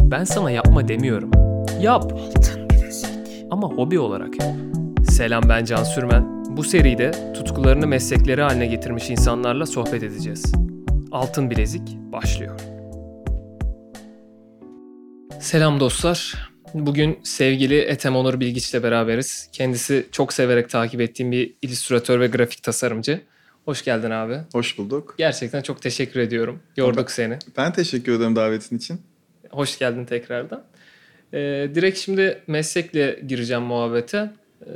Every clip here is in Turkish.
Ben sana yapma demiyorum. Yap. Ama hobi olarak yap. Selam, ben Can Sürmen. Bu seride tutkularını meslekleri haline getirmiş insanlarla sohbet edeceğiz. Altın Bilezik başlıyor. Selam dostlar. Bugün sevgili Ethem Onur Bilgiç'le beraberiz. Kendisi çok severek takip ettiğim bir illüstratör ve grafik tasarımcı. Hoş geldin abi. Hoş bulduk. Gerçekten çok teşekkür ediyorum. Yorduk seni. Ben teşekkür ederim davetin için. Hoş geldin tekrardan. Direkt şimdi meslekle gireceğim muhabbete.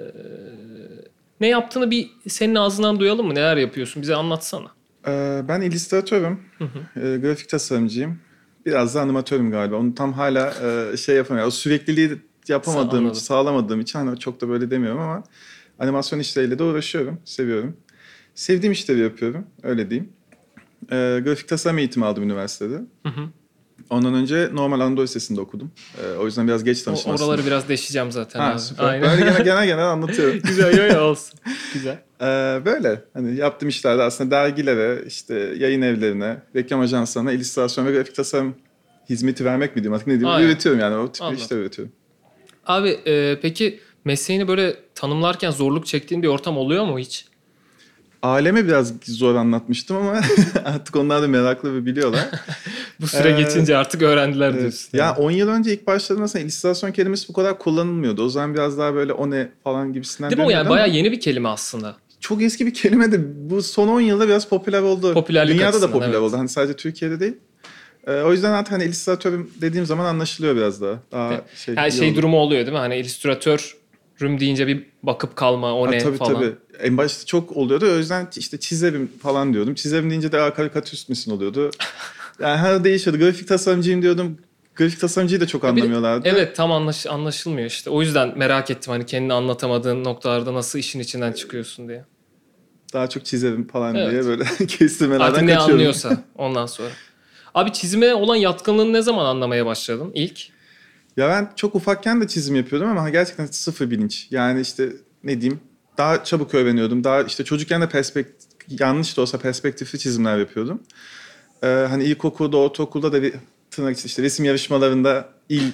Ne yaptığını bir senin ağzından duyalım mı? Neler yapıyorsun? Bize anlatsana. Ben illüstratörüm. Grafik tasarımcıyım. Biraz da animatörüm galiba. Onu tam hala şey yapamıyorum. O sürekliliği yapamadığım, sağlamadığım için hani çok da böyle demiyorum ama animasyon işleriyle de uğraşıyorum. Seviyorum. Sevdiğim işleri yapıyorum. Öyle diyeyim. Grafik tasarım eğitimi aldım üniversitede. Ondan önce normal Anadolu Lisesi'nde okudum. O yüzden biraz geç tanıştım aslında. Oraları biraz deşeceğim zaten. Ha, süper. Aynen. Böyle genel anlatıyorum. Güzel olsun. Güzel. Böyle hani yaptığım işlerde aslında dergilere, işte yayın evlerine, reklam ajanslarına illüstrasyon ve grafik tasarım hizmeti vermek mi diyeyim artık ne diyeyim? Üretiyorum yani o tip işler üretiyorum. Abi peki mesleğini böyle tanımlarken zorluk çektiğin bir ortam oluyor mu hiç? Aileme biraz zor anlatmıştım ama artık onlar da meraklı ve biliyorlar. Bu süre geçince artık öğrendiler diyorsun. Ya 10 yıl önce ilk başladığımda aslında illüstrasyon kelimesi bu kadar kullanılmıyordu. O zaman biraz daha böyle o ne falan gibisinden. Değil mi o yani bayağı yeni bir kelime aslında. Çok eski bir kelime de bu son 10 yılda biraz popüler oldu. Popülerlik Dünyada da açısından, popüler oldu. Hani sadece Türkiye'de değil. O yüzden artık hani illüstratörüm dediğim zaman anlaşılıyor biraz daha. Her şey durumu oluyor değil mi? Hani illüstratörüm deyince bir bakıp kalma o ne tabii, falan. Tabii. En başta çok oluyordu. O yüzden işte çizerim falan diyordum. Çizerim deyince de karikatürist misin oluyordu. Yani her değişiyordu. Grafik tasarımcıyım diyordum. Grafik tasarımcıyı da çok anlamıyorlardı. Evet tam anlaşılmıyor işte. O yüzden merak ettim hani kendini anlatamadığın noktalarda nasıl işin içinden çıkıyorsun diye. Daha çok çizerim falan diye böyle kestirmelerden artık kaçıyorum. Artık ne anlıyorsa ondan sonra. Abi çizime olan yatkınlığını ne zaman anlamaya başladın ilk? Ya ben çok ufakken de çizim yapıyordum ama gerçekten sıfır bilinç. Yani işte ne diyeyim daha çabuk öğreniyordum. Daha işte çocukken de yanlış da olsa perspektifli çizimler yapıyordum. Hani ilkokulda, ortaokulda da tırnak işte resim yarışmalarında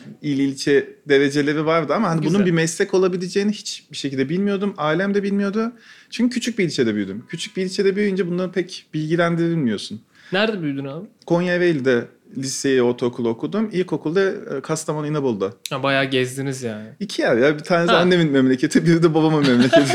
ilçe dereceleri vardı ama hani bunun bir meslek olabileceğini hiçbir şekilde bilmiyordum. Ailem de bilmiyordu. Çünkü küçük bir ilçede büyüdüm. Küçük bir ilçede büyüyünce bunları pek bilgilendirilmiyorsun. Nerede büyüdün abi? Konya Ereğli'de liseyi, ortaokulu okudum. İlkokulda Kastamonu İnebolu'da. Ha, bayağı gezdiniz yani. 2 yer ya. Bir tanesi annemin memleketi, biri de babamın memleketi.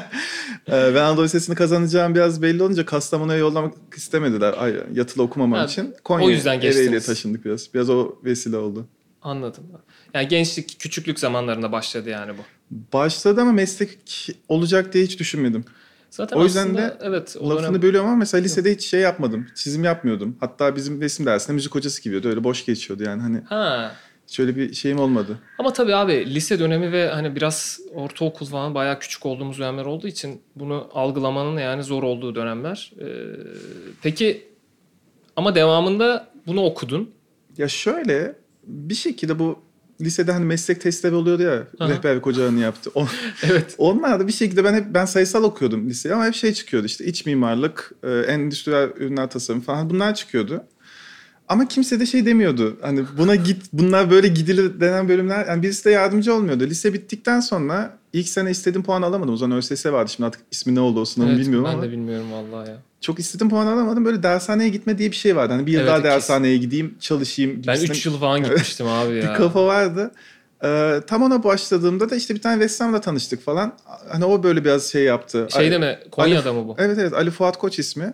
Ben Anadolu Lisesi'ni kazanacağım biraz belli olunca Kastamonu'ya yollamak istemediler. Yatılı okumamam için. O yüzden geçtiniz. Ereğli'ye taşındık biraz. Biraz o vesile oldu. Anladım. Yani gençlik, küçüklük zamanlarında başladı yani bu. Başladı ama meslek olacak diye hiç düşünmedim. Zaten o yüzden aslında, de evet, lafını bölüyorum ama mesela lisede hiç şey yapmadım. Çizim yapmıyordum. Hatta bizim resim dersinde müzik hocası gibiydi. Öyle boş geçiyordu yani hani. Hiç öyle bir şeyim olmadı. Ama tabii abi lise dönemi ve hani biraz ortaokul falan bayağı küçük olduğumuz dönemler olduğu için bunu algılamanın yani zor olduğu dönemler. Peki ama devamında bunu okudun. Ya şöyle bir şekilde bu lisede hani meslek testleri oluyordu ya. Rehberlik hocalarını yaptı. Evet. Onlar da bir şekilde ben sayısal okuyordum liseye ama hep şey çıkıyordu işte iç mimarlık, endüstriyel ürünler tasarımı falan bunlar çıkıyordu. Ama kimse de şey demiyordu. Hani bunlar böyle gidilir denen bölümler. Yani birisi de yardımcı olmuyordu. Lise bittikten sonra ilk sene istediğim puanı alamadım. O zaman ÖSS vardı. Şimdi artık ismi ne oldu o sınavın bilmiyorum ama. Ben de bilmiyorum vallahi ya. Çok istediğim puanı alamadım. Böyle dershaneye gitme diye bir şey vardı. Hani bir yıl daha dershaneye gideyim, çalışayım gibisinden. Ben 3 yıl falan gitmiştim abi ya. Bir kafa vardı. Tam ona başladığımda da işte bir tane ressamla tanıştık falan. Hani o böyle biraz şey yaptı. Şeyde mi? Konya'da mı bu? Evet. Ali Fuat Koç ismi.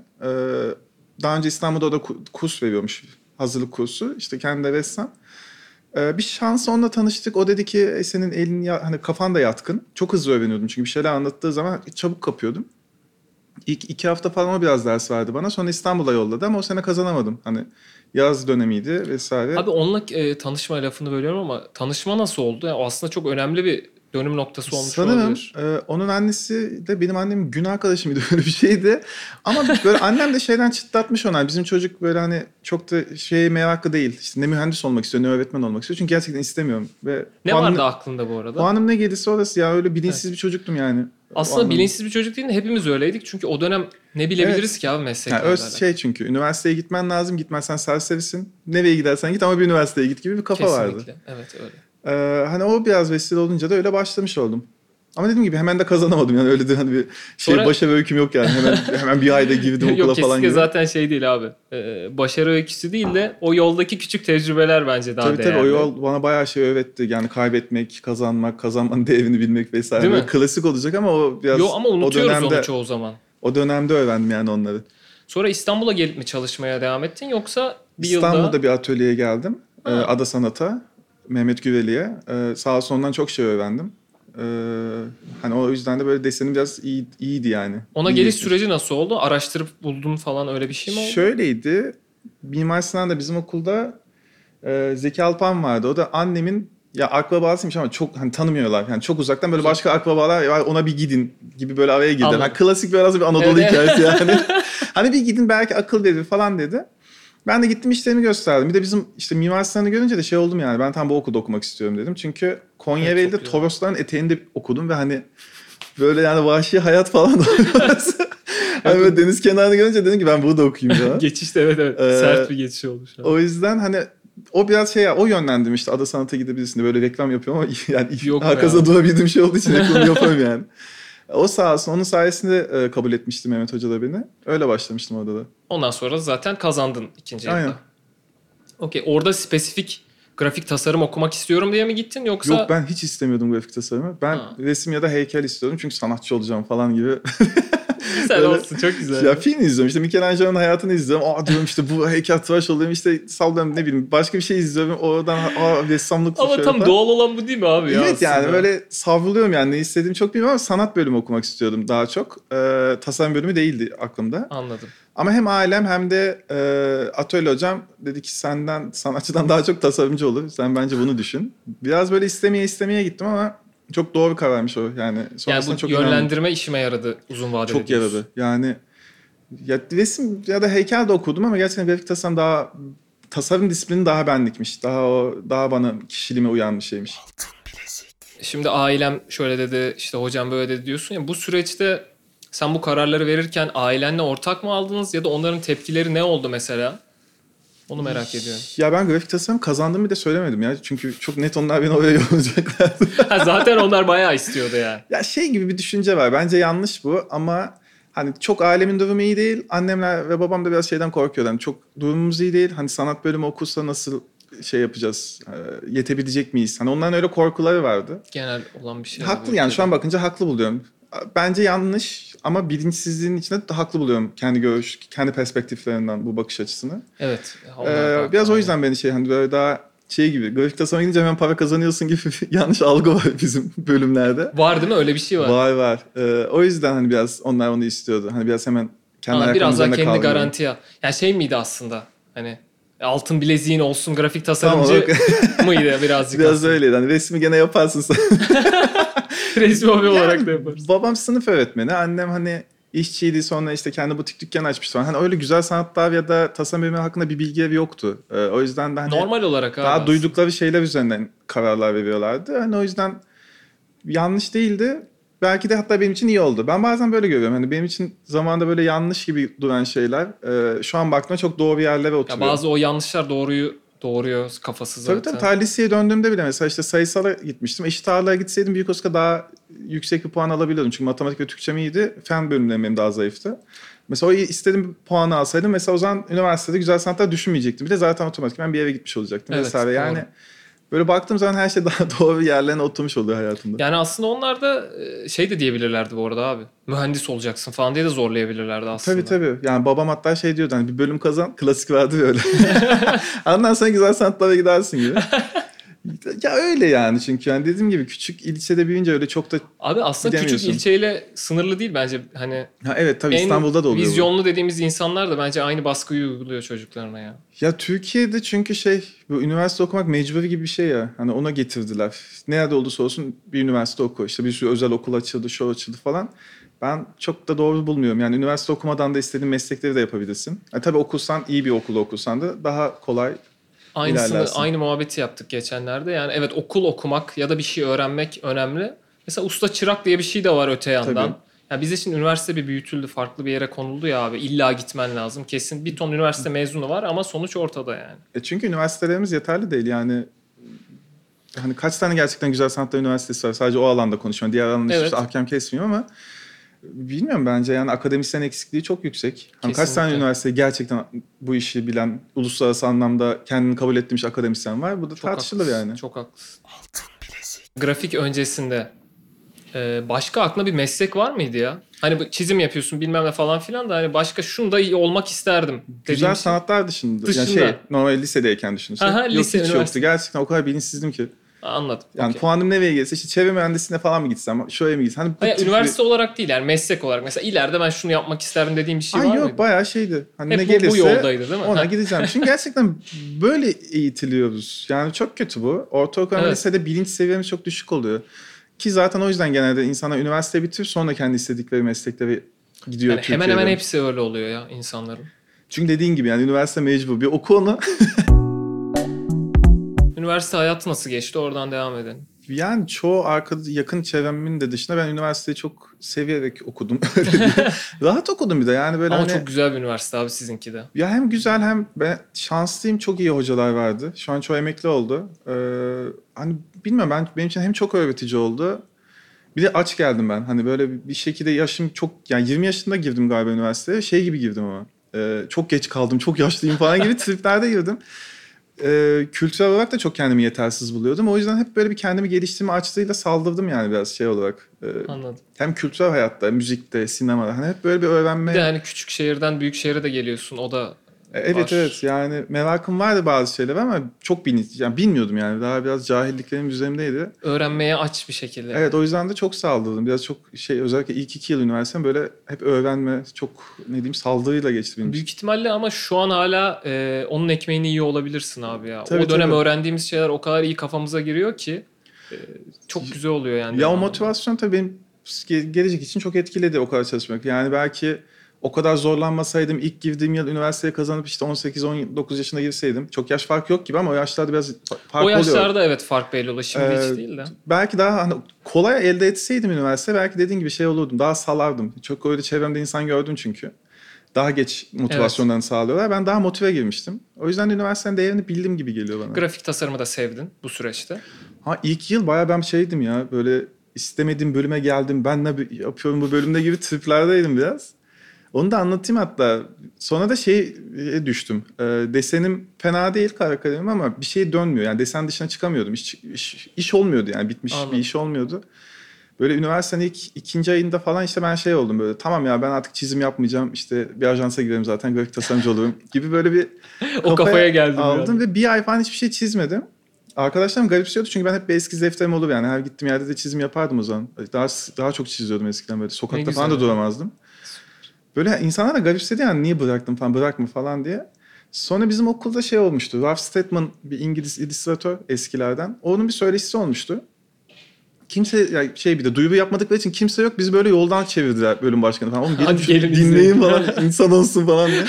Daha önce İstanbul'da o da kurs veriyormuş. Hazırlık kursu. İşte kendi de ressam. Bir şans onunla tanıştık. O dedi ki senin elin hani kafan da yatkın. Çok hızlı öğreniyordum çünkü bir şeyler anlattığı zaman çabuk kapıyordum. İlk 2 hafta falan o biraz ders verdi bana. Sonra İstanbul'a yolladı ama o sene kazanamadım. Hani yaz dönemiydi vesaire. Abi onunla tanışma lafını bölüyorum ama tanışma nasıl oldu? Yani o aslında çok önemli bir dönüm noktası olmuş olabilir. Sanırım onun annesi de benim annemin gün arkadaşıydı böyle bir şeydi. Ama böyle annem de şeyden çıtlatmış ona. Bizim çocuk böyle hani çok da şeye meraklı değil. İşte ne mühendis olmak istiyor ne öğretmen olmak istiyor. Çünkü gerçekten istemiyorum. Ne vardı aklında bu arada? Puanım ne gelirse orası ya öyle bilinçsiz bir çocuktum yani. Aslında anlamda. bilinçsiz bir çocuk değil de hepimiz öyleydik. Çünkü o dönem ne bilebiliriz ki abi Yani mesleklerle. şey çünkü üniversiteye gitmen lazım. Gitmezsen serserisin. Nereye gidersen git ama bir üniversiteye git gibi bir kafa vardı. Kesinlikle. Evet öyle. Hani o biraz vesile olunca da öyle başlamış oldum. Ama dediğim gibi hemen de kazanamadım yani öyle de hani bir şey Sonra- başarı öyküm yok yani hemen bir ayda girdim okula Yok falan kesinlikle gibi. zaten şey değil abi. Başarı öyküsü değil de o yoldaki küçük tecrübeler bence daha Tabii değerli. o yol bana bayağı şey öğretti. Yani kaybetmek, kazanmak, kazanmanın değerini bilmek vesaire. Değil mi? Böyle klasik olacak ama o biraz Yo ama unutuyoruz o dönemde, onu çoğu zaman. o dönemde öğrendim yani onları. Sonra İstanbul'a gelip mi çalışmaya devam ettin yoksa bir İstanbul'da yılda... bir atölyeye geldim. Ha. Ada Sanat'a. Mehmet Güveli'ye. Sağ sonundan çok şey öğrendim. Hani o yüzden de böyle desenim biraz iyiydi yani. Ona İyi geliş geçmiş. süreci nasıl oldu? Araştırıp buldun falan öyle bir şey mi oldu? Şöyleydi. Mimar Sinan'da bizim okulda Zeki Alpan vardı. O da annemin ya akrabasıymış ama çok hani tanımıyorlar. Yani çok uzaktan böyle başka akrabalar "Ya ona bir gidin gibi böyle araya girdiler. Anladım. Yani klasik biraz bir Anadolu Evet. hikayesi yani. Hani bir gidin belki akıl verir falan dedi. Ben de gittim işlerimi gösterdim. Bir de bizim işte Mimar Sinan'ı görünce de şey oldum yani. Ben tam bu okulda okumak istiyorum dedim. Çünkü Evet, Konyaaltı'da çok güzel. Torosların eteğinde okudum ve hani böyle yani vahşi hayat falan da hani böyle deniz kenarını görünce dedim ki ben burada okuyayım ya. Geçiş de evet. Sert bir geçiş olmuş. O yüzden hani o biraz şey ya, o yönlendirmişti. Ada Sanat'a gidebilirsin diye böyle reklam yapıyorum ama yani Yok arkasında ya. durabildiğim şey olduğu için reklam yapamıyorum yani. O sağ olsun onun sayesinde kabul etmişti Mehmet Hoca da beni. Öyle başlamıştım orada da. Ondan sonra zaten kazandın ikinci Aynen. yılda. Okey. Orada spesifik grafik tasarım okumak istiyorum diye mi gittin yoksa... Yok ben hiç istemiyordum grafik tasarımı. Ben Ha. resim ya da heykel istiyordum çünkü sanatçı olacağım falan gibi. Güzel Böyle- olsun çok güzel. Ya film izliyorum işte Michelangelo'nun hayatını izliyorum. Aa diyorum işte bu heykeltıraş olayım işte sallıyorum ne bileyim başka bir şey izliyorum. Oradan ressamlık Ama şöyle tam falan. doğal olan bu değil mi abi ya Evet yani aslında? böyle savruluyorum yani ne istediğimi çok bilmiyorum ama sanat bölümü okumak istiyordum daha çok. Tasarım bölümü değildi aklımda. Anladım. Ama hem ailem hem de atölye hocam dedi ki senden sanatçıdan daha çok tasarımcı olur. Sen bence bunu düşün. Biraz böyle istemeye gittim ama çok doğru kararmış o yani. Yani Sonrasında bu çok inandım. yönlendirme işime yaradı uzun vadede Çok diyorsun. yaradı. Yani ya resim ya da heykel de okudum ama gerçekten grafik tasarım daha tasarım disiplini daha benlikmiş. Daha bana kişiliğime uyan bir şeymiş. Şimdi ailem şöyle dedi işte hocam böyle dedi diyorsun ya bu süreçte sen bu kararları verirken ailenle ortak mı aldınız ya da onların tepkileri ne oldu mesela? Onu merak ediyorum. Ya ben grafik tasarım kazandığımı da söylemedim ya. Çünkü çok net onlar beni oraya yollayacaklardı. Ha, zaten onlar bayağı istiyordu yani. Ya şey gibi bir düşünce var. Bence yanlış bu ama hani çok ailemin durumu iyi değil. Annemler ve babam da biraz şeyden korkuyor. Yani çok durumumuz iyi değil. Hani sanat bölümü okursa nasıl şey yapacağız? Yetebilecek miyiz? Hani onların öyle korkuları vardı. Genel olan bir şey. Haklı yani şu an bakınca haklı buluyorum. Bence yanlış ama bilinçsizliğin içinde de haklı buluyorum kendi perspektiflerinden bu bakış açısını. Evet. Biraz o yüzden beni şey hani böyle daha şey gibi grafik tasarıma gidince hemen para kazanıyorsun gibi bir yanlış algı var bizim bölümlerde. Var değil mi? Öyle bir şey var. Var. O yüzden hani biraz onlar onu istiyordu. Hani biraz hemen kendi ayaklarının Biraz daha üzerinde kendi kalmayı. garantiye. Yani şey miydi aslında? Hani altın bileziğin olsun grafik Tam tasarımcı olarak mıydı birazcık biraz aslında? öyleydi. Hani resmi gene yaparsın sen. Resmi hobi olarak Yani da yaparız. babam sınıf öğretmeni. Annem hani işçiydi sonra işte kendi butik dükkan açmıştı falan. Hani öyle güzel sanatlar ya da tasarım bölümü hakkında bir bilgi evi yoktu. O yüzden de hani Normal olarak abi. daha aslında. duydukları şeyler üzerinden kararlar veriyorlardı. Hani o yüzden yanlış değildi. Belki de hatta benim için iyi oldu. Ben bazen böyle görüyorum. Hani benim için zamanında böyle yanlış gibi duran şeyler şu an baktığımda çok doğru yerlere Ya oturuyor. bazı o yanlışlar doğuruyor kafası zaten. Tabii ta liseye döndüğümde bile mesela işte sayısala gitmiştim. Eşit ağırlığa gitseydim büyük olasılıkla daha yüksek bir puan alabiliyordum. Çünkü matematik ve Türkçem iyiydi. Fen bölümlerim benim daha zayıftı. Mesela o istediğim puanı alsaydım mesela o zaman üniversitede güzel sanatlar düşünmeyecektim. Bir de zaten otomatikman bir eve gitmiş olacaktım Evet, vesaire. doğru. Yani böyle baktığım zaman her şey daha doğru yerlerine oturmuş oluyor hayatımda. Yani aslında onlar da şey de diyebilirlerdi bu arada abi. Mühendis olacaksın falan diye de zorlayabilirlerdi aslında. Tabii. Yani babam hatta şey diyordu hani bir bölüm kazan klasik vardı ya öyle. Ondan sonra güzel sanatlara gidersin gibi. Ya öyle yani çünkü yani dediğim gibi küçük ilçede büyüyünce öyle çok da Abi aslında küçük Gidemiyorsun. ilçeyle sınırlı değil bence. Hani ha evet tabii en İstanbul'da da oluyor bu. vizyonlu dediğimiz insanlar da bence aynı baskıyı uyguluyor çocuklarına ya. Ya Türkiye'de çünkü şey bu üniversite okumak mecburi gibi bir şey ya. Hani ona getirdiler. Nerede olursa olsun bir üniversite oku. İşte bir sürü özel okul açıldı, şu açıldı falan. Ben çok da doğru bulmuyorum. Yani üniversite okumadan da istediğin meslekleri de yapabilirsin. Tabii okursan iyi bir okulda okursan da daha kolay. Aynısını İlerlersin. aynı muhabbeti yaptık geçenlerde. Yani evet okul okumak ya da bir şey öğrenmek önemli. Mesela usta çırak diye bir şey de var öte yandan. Tabii. Ya bizde şimdi üniversite bir büyütüldü, farklı bir yere konuldu ya abi. İlla gitmen lazım. Kesin bir ton üniversite mezunu var ama sonuç ortada yani. Çünkü üniversitelerimiz yeterli değil yani. Hani kaç tane gerçekten güzel sanatlar üniversitesi var. Sadece o alanda konuşuyorum. Diğer alanda Evet. hiçbir ahkam kesmiyorum ama bilmiyorum, bence yani akademisyen eksikliği çok yüksek. Hani kaç tane Kesinlikle. üniversite gerçekten bu işi bilen, uluslararası anlamda kendini kabul etmiş akademisyen var. Bu da Çok tartışılır haklısın, yani. çok haklısın. Grafik öncesinde başka aklına bir meslek var mıydı ya? Hani bu çizim yapıyorsun bilmem ne falan filan da hani başka şunu da iyi olmak isterdim dediğim Güzel şey. sanatlar dışında. Yani Dışında. normal lisedeyken düşünürsek. Aha, Yok, lise, hiç üniversite. yoktu. Gerçekten o kadar bilinçsizdim ki. Anladım. Yani okey. puanım nereye gelirse işte çevre mühendisliğine falan mı gitsem, şuraya mı gitsem. Hani bu Hayır, tip üniversite olarak değil yani meslek olarak. Mesela ileride ben şunu yapmak isterdim dediğim bir şey Ay var yok, mıydı? bayağı şeydi. Hani Hep ne bu gelirse yoldaydı değil mi? ona Ha. gideceğim. Çünkü gerçekten böyle eğitiliyoruz. Yani çok kötü bu. Ortaokul ama Evet. lisede bilinç seviyemiz çok düşük oluyor. Ki zaten o yüzden genelde insanlar üniversite bitirip sonra kendi istedikleri mesleklere gidiyor Yani hemen Türkiye'de. hemen hepsi öyle oluyor ya insanların. Çünkü dediğin gibi yani üniversite mecbur. Bir oku onu. Üniversite hayatı nasıl geçti? Oradan devam edelim. Yani çoğu yakın çevremin de dışında ben üniversiteyi çok severek okudum. Öyle diyeyim. Rahat okudum bir de yani böyle Ama hani... çok güzel bir üniversite abi sizinki de. Ya hem güzel hem ben şanslıyım, çok iyi hocalar vardı. Şu an çoğu emekli oldu. Hani bilmiyorum, benim için hem çok öğretici oldu. Bir de aç geldim ben. Hani böyle bir şekilde yaşım çok, yani 20 yaşında girdim galiba üniversiteye. Şey gibi girdim ama. Çok geç kaldım, çok yaşlıyım falan gibi triplerde girdim. Kültürel olarak da çok kendimi yetersiz buluyordum. O yüzden hep böyle bir kendimi geliştirme açlığıyla saldırdım yani biraz şey olarak. Anladım. Hem kültürel hayatta, müzikte, sinemada. Hani hep böyle bir Bir öğrenme... de hani küçük şehirden büyük şehre de geliyorsun. O da Evet var. evet, yani merakım vardı bazı şeyler ama çok yani bilmiyordum yani, daha biraz cahilliklerim üzerimdeydi. Öğrenmeye aç bir şekilde. Evet, o yüzden de çok saldırdım. Biraz çok şey, özellikle ilk 2 yıl üniversitem böyle hep öğrenme, çok ne diyeyim, saldırıyla geçti benim için. Büyük ihtimalle ama şu an hala onun ekmeğini yiyor olabilirsin abi ya. Tabii, o dönem tabii. öğrendiğimiz şeyler o kadar iyi kafamıza giriyor ki çok güzel oluyor yani. Ya o devamında. motivasyon tabii benim gelecek için çok etkiledi o kadar çalışmak. Yani belki o kadar zorlanmasaydım, ilk girdiğim yıl üniversiteye kazanıp işte 18-19 yaşında girseydim. Çok yaş farkı yok gibi ama o yaşlarda biraz fark O oluyor. yaşlarda evet fark belli oluyor. Şimdi hiç değil de. Belki daha hani kolay elde etseydim üniversite, belki dediğin gibi şey olurdum. Daha salardım. Çok öyle çevremde insan gördüm çünkü. Daha geç motivasyonlarını sağlıyorlar. Ben daha motive girmiştim. O yüzden de üniversitenin değerini bildiğim gibi geliyor bana. Grafik tasarımı da sevdin bu süreçte. Ha, ilk yıl bayağı ben şeydim ya, böyle istemediğim bölüme geldim. Ben ne yapıyorum bu bölümde gibi triplerdeydim biraz. Onu da anlatayım hatta. Sonra da düştüm. Desenim fena değil, kara kalemim, ama bir şey dönmüyor. Yani desen dışına çıkamıyordum. İş olmuyordu yani, bitmiş Anladım. bir iş olmuyordu. Böyle üniversitenin ilk 2. ayında falan işte ben şey oldum böyle. Tamam ya, ben artık çizim yapmayacağım. İşte bir ajansa girerim zaten, grafik tasarımcı olurum gibi böyle bir O kafaya geldim aldım yani. ve bir ay falan hiçbir şey çizmedim. Arkadaşlarım garipsiyordu çünkü ben hep bir eskiz defterim olur yani. Her gittiğim yerde de çizim yapardım o zaman. Daha çok çiziyordum eskiden böyle. Ne Sokakta güzel falan da ya. duramazdım. Böyle insanlar da garipsedi yani, niye bıraktım falan, bırakma falan diye. Sonra bizim okulda şey olmuştu. Ralph Steadman, bir İngiliz illüstratör eskilerden. Onun bir söyleşisi olmuştu. Kimse yani bir de duyuru yapmadıkları için kimse yok. Bizi böyle yoldan çevirdiler, bölüm başkanı falan. Oğlum Hadi gelin gelin dinleyin izleyin. falan, insan olsun falan diye.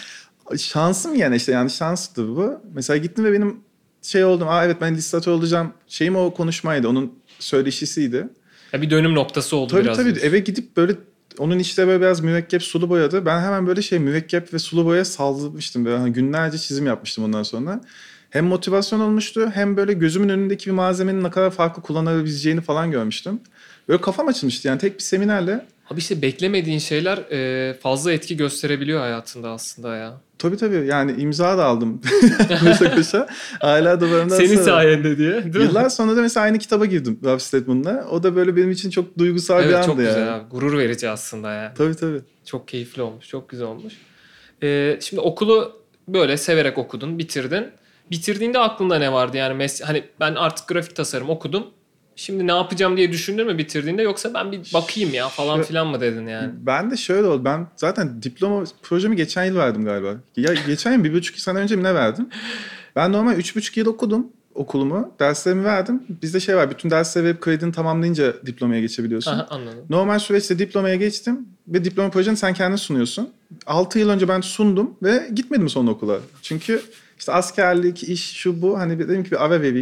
Şansım yani, işte yani şanstı bu. Mesela gittim ve benim oldum. Evet, ben illüstratör olacağım. Şeyim o konuşmaydı. Onun söyleşisiydi. Ya bir dönüm noktası oldu Tabii biraz. tabii, diyorsun. eve gidip böyle onun işte böyle biraz mürekkep sulu boyadı. Ben hemen böyle mürekkep ve sulu boya saldırmıştım. Böyle hani günlerce çizim yapmıştım ondan sonra. Hem motivasyon olmuştu, hem böyle gözümün önündeki bir malzemenin ne kadar farklı kullanabileceğini falan görmüştüm. Böyle kafam açılmıştı yani, tek bir seminerle. Abi işte beklemediğin şeyler fazla etki gösterebiliyor hayatında aslında ya. Tabii yani imza da aldım koşa koşa. Hala duvarımdan Senin sonra. sayende diye. Değil mi? Yıllar sonra da mesela aynı kitaba girdim, Ralph Steadman'la. O da böyle benim için çok duygusal bir Evet andı çok güzel yani. abi. Gurur verici aslında ya. Tabii. Çok keyifli olmuş. Çok güzel olmuş. Şimdi okulu böyle severek okudun, bitirdin. Bitirdiğinde aklında ne vardı yani? Hani ben artık grafik tasarım okudum. Şimdi ne yapacağım diye düşündün mü bitirdiğinde, yoksa ben bir bakayım ya falan filan mı dedin yani? Ben de şöyle oldu. Ben zaten diploma projemi geçen yıl verdim galiba. Ya geçen yıl 1,5 sene önce mi ne verdim? Ben normal 3,5 yıl okudum okulumu. Derslerimi verdim. Bizde var, bütün dersleri verip kredini tamamlayınca diplomaya geçebiliyorsun. Aha, anladım. Normal süreçte diplomaya geçtim ve diploma projeni sen kendin sunuyorsun. 6 yıl önce ben sundum ve gitmedim sonra okula. Çünkü işte askerlik, iş, şu bu, hani dedim ki bir ara vereyim.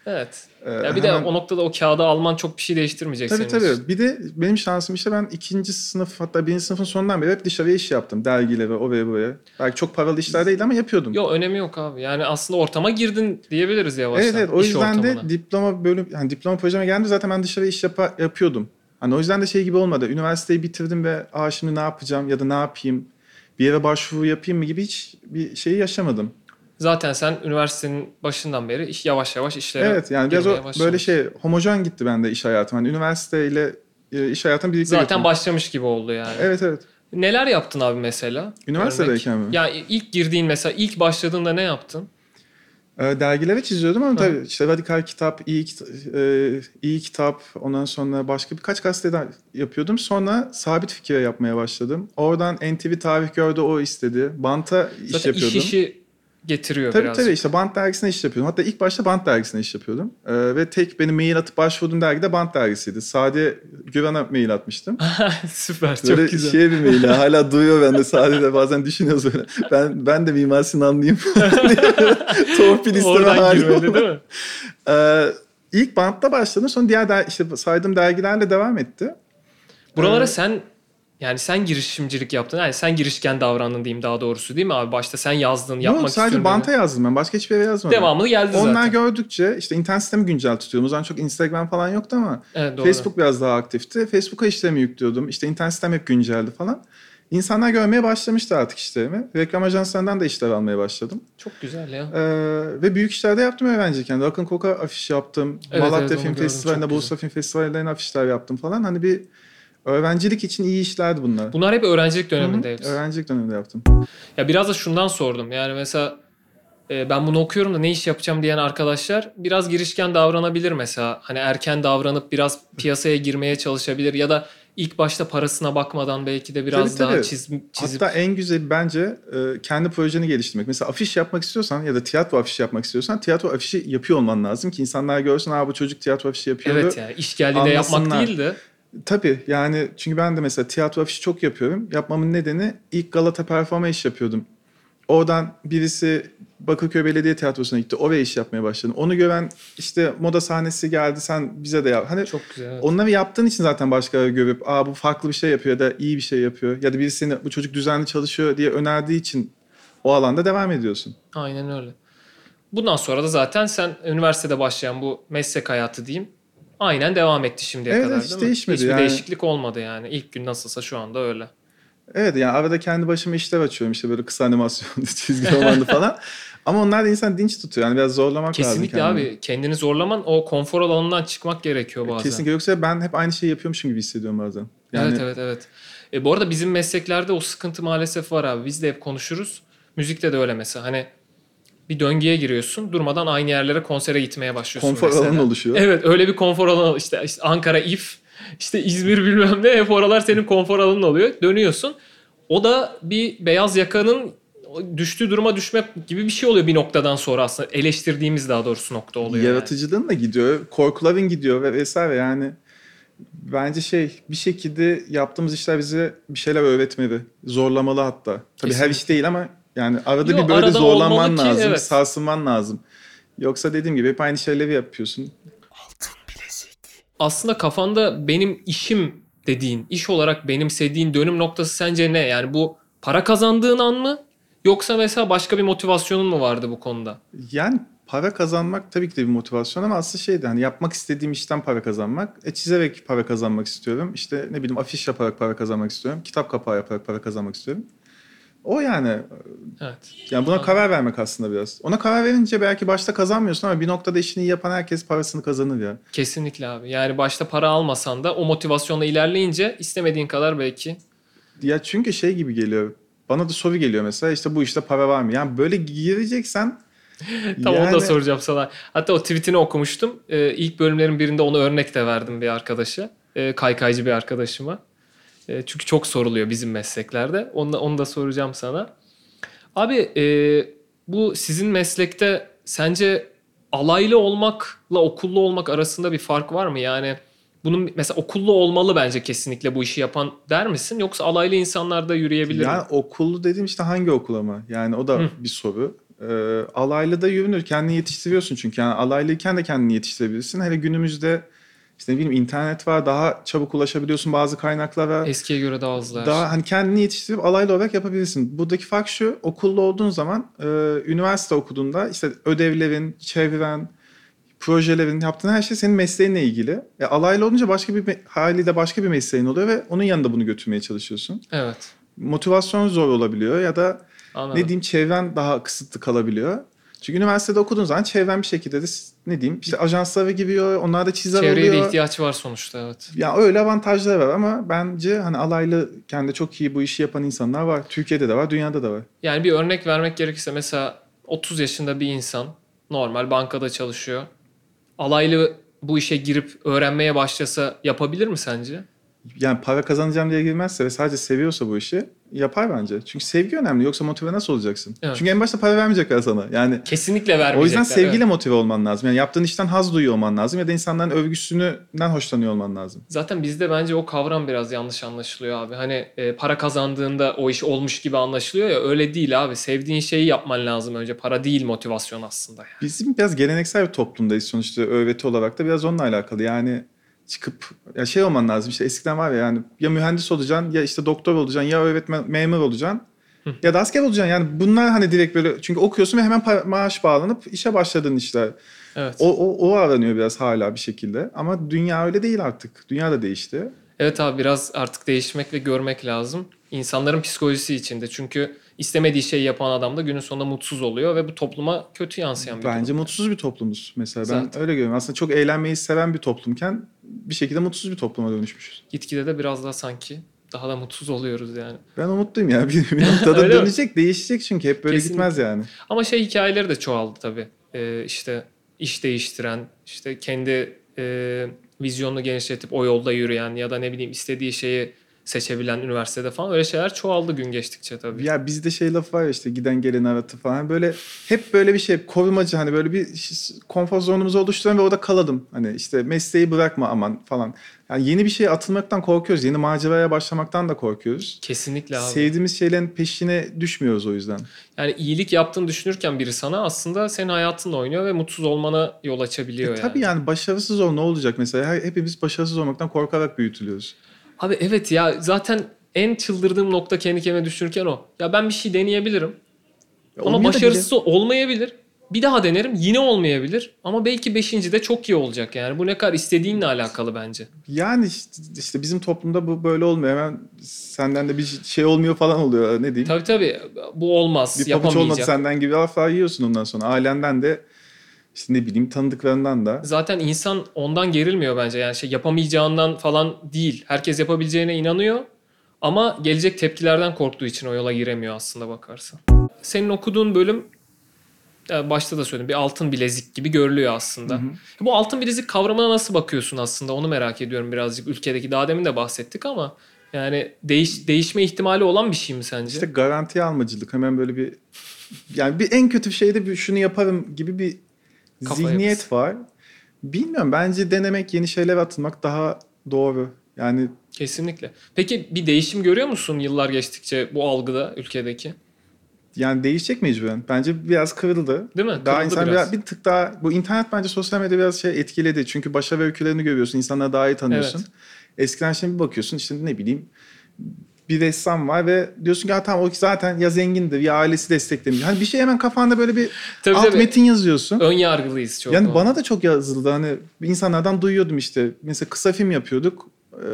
Evet. Ya bir de Hemen... o noktada o kağıdı alman çok bir şey değiştirmeyecek Tabii senin için. tabii. Bir de benim şansım işte ben 2. sınıf hatta 1. sınıfın sonundan beri hep dışarıya iş yaptım. Dergilere, oraya buraya. Belki çok paralı işler değil ama yapıyordum. Yok, önemi yok abi. Yani aslında ortama girdin diyebiliriz yavaştan. Evet evet, o İş yüzden ortamına. de diploma projeme geldi zaten ben dışarıya iş yapıyordum. Hani o yüzden de şey gibi olmadı. Üniversiteyi bitirdim ve şimdi ne yapacağım ya da ne yapayım? Bir yere başvuru yapayım mı gibi hiç bir şeyi yaşamadım. Zaten sen üniversitenin başından beri yavaş yavaş işlere Evet yani biraz girmeye o başlamışsın. böyle homojen gitti bende iş hayatım. Hani üniversiteyle iş hayatım birlikte Zaten götürdüm. başlamış gibi oldu yani. Evet evet. Neler yaptın abi mesela? Üniversitedeyken mi? Ya ilk girdiğin mesela ilk başladığında ne yaptın? Dergilere çiziyordum ama Hı. tabii işte Radikal Kitap, iyi Kitap, ondan sonra başka birkaç gazeteden yapıyordum. Sonra Sabit Fikir'e yapmaya başladım. Oradan NTV Tarih gördü, o istedi. Bant'a iş Zaten yapıyordum. iş işi getiriyor Tabii birazcık. tabii işte Bant dergisine iş yapıyordum. Hatta ilk başta Bant dergisine iş yapıyordum. Ve tek benim mail atıp başvurduğum dergi de Bant dergisiydi. Sade Güven'e mail atmıştım. Süper, çok Böyle güzel. bir mail hala duyuyor bende. Sade'de bazen düşünüyoruz böyle. Ben de Mimar Sinanlıyım. Torpil isteme Oradan hali girmedi oldu. değil mi? İlk Bant'ta başladım. Sonra diğer işte saydığım dergilerle devam etti. Buralara Ee, sen girişimcilik yaptın. Yani sen girişken davrandın diyeyim daha doğrusu, değil mi abi? Başta sen yazdın, Yok yapmak sadece istiyorum Bant'a dedin. yazdım ben. Başka hiçbir yere yazmadım. Devamlı geldi Onlar zaten. gördükçe işte internet sitemi güncel tutuyorum. O zaman çok Instagram falan yoktu ama Evet, doğru. Facebook biraz daha aktifti. Facebook'a işlerimi yüklüyordum. İşte internet sitem hep günceldi falan. İnsanlar görmeye başlamıştı artık işlerimi. Reklam ajanslarından da işler almaya başladım. Çok güzel ya. Ve büyük işlerde yaptım öğrenciyken. Rock'n Coke'a afiş yaptım. Evet, Malatya evet, onu Film gördüm. Festivali'nde, Çok Bursa güzel. Film Festivali'nde afişler yaptım falan. Hani bir öğrencilik için iyi işlerdi bunlar. Bunlar hep öğrencilik Hı hı. döneminde hepsi. Öğrencilik döneminde yaptım. Ya biraz da şundan sordum. Yani mesela ben bunu okuyorum da ne iş yapacağım diyen arkadaşlar biraz girişken davranabilir mesela. Hani erken davranıp biraz piyasaya girmeye çalışabilir ya da ilk başta parasına bakmadan belki de biraz Tabii daha tabii. çizip Hatta en güzeli bence kendi projeni geliştirmek. Mesela afiş yapmak istiyorsan ya da tiyatro afişi yapmak istiyorsan tiyatro afişi yapıyor olman lazım ki insanlar görsün, bu çocuk tiyatro afişi yapıyordu. evet, yani iş geldiğinde yapmak Anlasınlar. değil de Tabii yani çünkü ben de mesela tiyatro afişi çok yapıyorum. Yapmamın nedeni ilk Galata Performa iş yapıyordum. Oradan birisi Bakırköy Belediye Tiyatrosu'na gitti. Oraya iş yapmaya başladım. Onu gören işte moda sahnesi geldi, sen bize de yap. Hani çok güzel. Evet. onları yaptığın için zaten başkaları görüp bu farklı bir şey yapıyor ya da iyi bir şey yapıyor. Ya da birisi seni bu çocuk düzenli çalışıyor diye önerdiği için o alanda devam ediyorsun. Aynen öyle. Bundan sonra da zaten sen üniversitede başlayan bu meslek hayatı diyeyim. Aynen devam etti şimdiye Evet, kadar hiç değil mi? değişmedi Hiçbir yani. değişiklik olmadı yani. İlk gün nasılsa şu anda öyle. Evet yani arada kendi başıma işler açıyorum işte böyle kısa animasyondu, çizgi romandı falan. Ama onlar da insan dinç tutuyor yani biraz zorlamak lazım Kesinlikle kendini. abi. Kendini zorlaman, o konfor alanından çıkmak gerekiyor bazen. Kesinlikle, yoksa ben hep aynı şeyi yapıyormuşum gibi hissediyorum bazen. Yani Evet. Bu arada bizim mesleklerde o sıkıntı maalesef var abi. Biz de hep konuşuruz. Müzikte de öyle mesela. Hani bir döngüye giriyorsun. Durmadan aynı yerlere konsere gitmeye başlıyorsun konfor mesela. alanı oluşuyor. Evet, öyle bir konfor alanı. İşte Ankara İF, işte İzmir bilmem ne. Hep oralar senin konfor alanın oluyor. Dönüyorsun. O da bir beyaz yakanın düştüğü duruma düşmek gibi bir şey oluyor bir noktadan sonra aslında. Eleştirdiğimiz daha doğrusu nokta oluyor yani. Yaratıcılığın da gidiyor, korkuların gidiyor ve vesaire yani. Bence bir şekilde yaptığımız işler bize bir şeyler öğretmeli. Zorlamalı hatta. Tabii her iş Kesinlikle. değil ama yani arada Yo, bir böyle arada zorlanman olmalı ki, lazım, evet. sarsılman lazım. Yoksa dediğim gibi hep aynı şeyleri yapıyorsun. Aslında kafanda benim işim dediğin, iş olarak benimsediğin dönüm noktası sence ne? Yani bu para kazandığın an mı? Yoksa mesela başka bir motivasyonun mu vardı bu konuda? Yani para kazanmak tabii ki de bir motivasyon ama aslında hani yapmak istediğim işten para kazanmak. Çizerek para kazanmak istiyorum. İşte ne bileyim afiş yaparak para kazanmak istiyorum. Kitap kapağı yaparak para kazanmak istiyorum. O yani. Evet. Yani buna Anladım. karar vermek aslında biraz. Ona karar verince belki başta kazanmıyorsun ama bir noktada işini iyi yapan herkes parasını kazanır ya. Kesinlikle abi. Yani başta para almasan da o motivasyonla ilerleyince istemediğin kadar belki. Ya çünkü gibi geliyor. Bana da soru geliyor mesela işte bu işte para var mı? Yani böyle gireceksen Tam onu da yani soracağım sana. Hatta o tweetini okumuştum. İlk bölümlerin birinde onu örnek de verdim bir arkadaşa. Kaykaycı bir arkadaşıma. Çünkü çok soruluyor bizim mesleklerde. Onu da soracağım sana. Abi bu sizin meslekte sence alaylı olmakla okullu olmak arasında bir fark var mı? Yani bunun mesela okullu olmalı bence kesinlikle bu işi yapan der misin? Yoksa alaylı insanlar da yürüyebilir mi? yani okullu dediğim işte hangi okul ama? Yani o da Hı. bir soru. Alaylı da yürünür. Kendini yetiştiriyorsun çünkü. Yani alaylıyken de kendini yetiştirebilirsin. Hele günümüzde işte ne bileyim internet var. Daha çabuk ulaşabiliyorsun bazı kaynaklara. Eskiye göre daha hızlı her şey. Daha hani kendini yetiştirip alaylı olarak yapabilirsin. Buradaki fark şu: okulda olduğun zaman, üniversite okuduğunda işte ödevlerin, çevren, projelerin, yaptığın her şey senin mesleğinle ilgili. Alaylı olunca başka bir haliyle başka bir mesleğin oluyor ve onun yanında bunu götürmeye çalışıyorsun. Evet. Motivasyon zor olabiliyor ya da Anladım. ne diyeyim çevren daha kısıtlı kalabiliyor. Çünkü üniversitede okuduğun zaman çevren bir şekilde de ne diyeyim işte ajanslara giriyor, onlar da çizer Çevreye de oluyor. ihtiyaç var sonuçta, evet. Ya öyle avantajları var ama bence hani alaylıyken de çok iyi bu işi yapan insanlar var. Türkiye'de de var, dünyada da var. Yani bir örnek vermek gerekirse mesela 30 yaşında bir insan normal bankada çalışıyor. Alaylı bu işe girip öğrenmeye başlasa yapabilir mi sence? Yani para kazanacağım diye girmezse ve sadece seviyorsa bu işi yapar bence. Çünkü sevgi önemli. Yoksa motive nasıl olacaksın? Evet. Çünkü en başta para vermeyecekler sana. Yani Kesinlikle vermeyecekler. o yüzden sevgiyle evet. motive olman lazım. Yani yaptığın işten haz duyuyor olman lazım ya da insanların övgüsünden hoşlanıyor olman lazım. Zaten bizde bence o kavram biraz yanlış anlaşılıyor abi. Hani para kazandığında o iş olmuş gibi anlaşılıyor ya, öyle değil abi. Sevdiğin şeyi yapman lazım önce. Para değil motivasyon aslında yani. Bizim biraz geleneksel bir toplumdayız sonuçta, öğreti olarak da biraz onunla alakalı. Yani çıkıp ya şey olman lazım, işte eskiden var ya, yani ya mühendis olacaksın ya işte doktor olacaksın ya öğretmen, memur olacaksın ya da asker olacaksın. Yani bunlar hani direkt böyle, çünkü okuyorsun ve hemen maaş bağlanıp işe başladığın işler. Evet. O aranıyor biraz hala bir şekilde ama dünya öyle değil artık. Dünya da değişti. Evet abi, biraz artık değişmek ve görmek lazım. İnsanların psikolojisi içinde. Çünkü istemediği şeyi yapan adam da günün sonunda mutsuz oluyor ve bu topluma kötü yansıyan bir Bence durum. mutsuz bir toplumuz mesela. Zaten. Ben öyle görüyorum. Aslında çok eğlenmeyi seven bir toplumken bir şekilde mutsuz bir topluma dönüşmüşüz. Gitgide de biraz daha sanki daha da mutsuz oluyoruz yani. Ben umutluyum ya. Bir noktada Öyle mi? dönecek, değişecek çünkü hep böyle Kesinlikle. gitmez yani. Ama şey hikayeleri de çoğaldı tabii. İşte iş değiştiren, işte kendi vizyonunu genişletip o yolda yürüyen ya da ne bileyim istediği şeyi seçebilen üniversitede falan, öyle şeyler çoğaldı gün geçtikçe tabii. Ya bizde şey laf var ya, işte giden gelen aratı falan, böyle hep böyle bir şey, korumacı, hani böyle bir konfor zonumuzu oluşturan ve orada kalalım. Hani işte mesleği bırakma aman falan. Yani yeni bir şeye atılmaktan korkuyoruz. Yeni maceraya başlamaktan da korkuyoruz. Kesinlikle abi. Sevdiğimiz şeylerin peşine düşmüyoruz o yüzden. Yani iyilik yaptığını düşünürken biri sana aslında senin hayatınla oynuyor ve mutsuz olmana yol açabiliyor yani. Tabii yani başarısız ol, ne olacak mesela? Hepimiz başarısız olmaktan korkarak büyütülüyoruz. Abi evet ya, zaten en çıldırdığım nokta kendi kendime düşünürken o. Ya ben bir şey deneyebilirim ama Olmayabilir. başarısız olmayabilir. Bir daha denerim, yine olmayabilir. Ama belki 5. de çok iyi olacak yani. Bu ne kadar istediğinle alakalı bence. Yani işte bizim toplumda bu böyle olmuyor. Hemen senden de bir şey olmuyor falan oluyor. Ne diyeyim? Tabii bu olmaz, Bir pabuç olmadı yapamayacak. senden gibi laflar yiyorsun ondan sonra. Ailenden de işte ne bileyim tanıdıklarından da. Zaten insan ondan gerilmiyor bence. Yani şey yapamayacağından falan değil. Herkes yapabileceğine inanıyor. Ama gelecek tepkilerden korktuğu için o yola giremiyor aslında bakarsan. Senin okuduğun bölüm, başta da söyledim, bir altın bilezik gibi görülüyor aslında. Bu altın bilezik kavramına nasıl bakıyorsun aslında? Onu merak ediyorum birazcık. Ülkedeki, daha demin de bahsettik ama yani değişme ihtimali olan bir şey mi sence? İşte garanti almacılık, hemen böyle bir, yani bir en kötü şeyde bir şunu yaparım gibi bir Kafa zihniyet yapısı. var. Bilmiyorum, bence denemek, yeni şeyler atılmak daha doğru. Yani Kesinlikle. Peki bir değişim görüyor musun yıllar geçtikçe bu algıda ülkedeki? değişecek mecburen. Bence biraz kırıldı. Değil mi? Daha Kırıldı insan biraz. bir tık daha, bu internet bence sosyal medya biraz şey etkiledi. Çünkü başarı öykülerini görüyorsun, insanları daha iyi tanıyorsun. Evet. Eskiden şimdi bir bakıyorsun, işte ne bileyim bir ressam var ve diyorsun ki tamam, o zaten ya zengindir ya ailesi desteklemiyor. Hani bir şey hemen kafanda böyle bir Tabii, alt tabii. metin yazıyorsun. Ön yargılıyız çok. Yani o. bana da çok yazıldı. Hani insanlardan duyuyordum işte. Mesela kısa film yapıyorduk.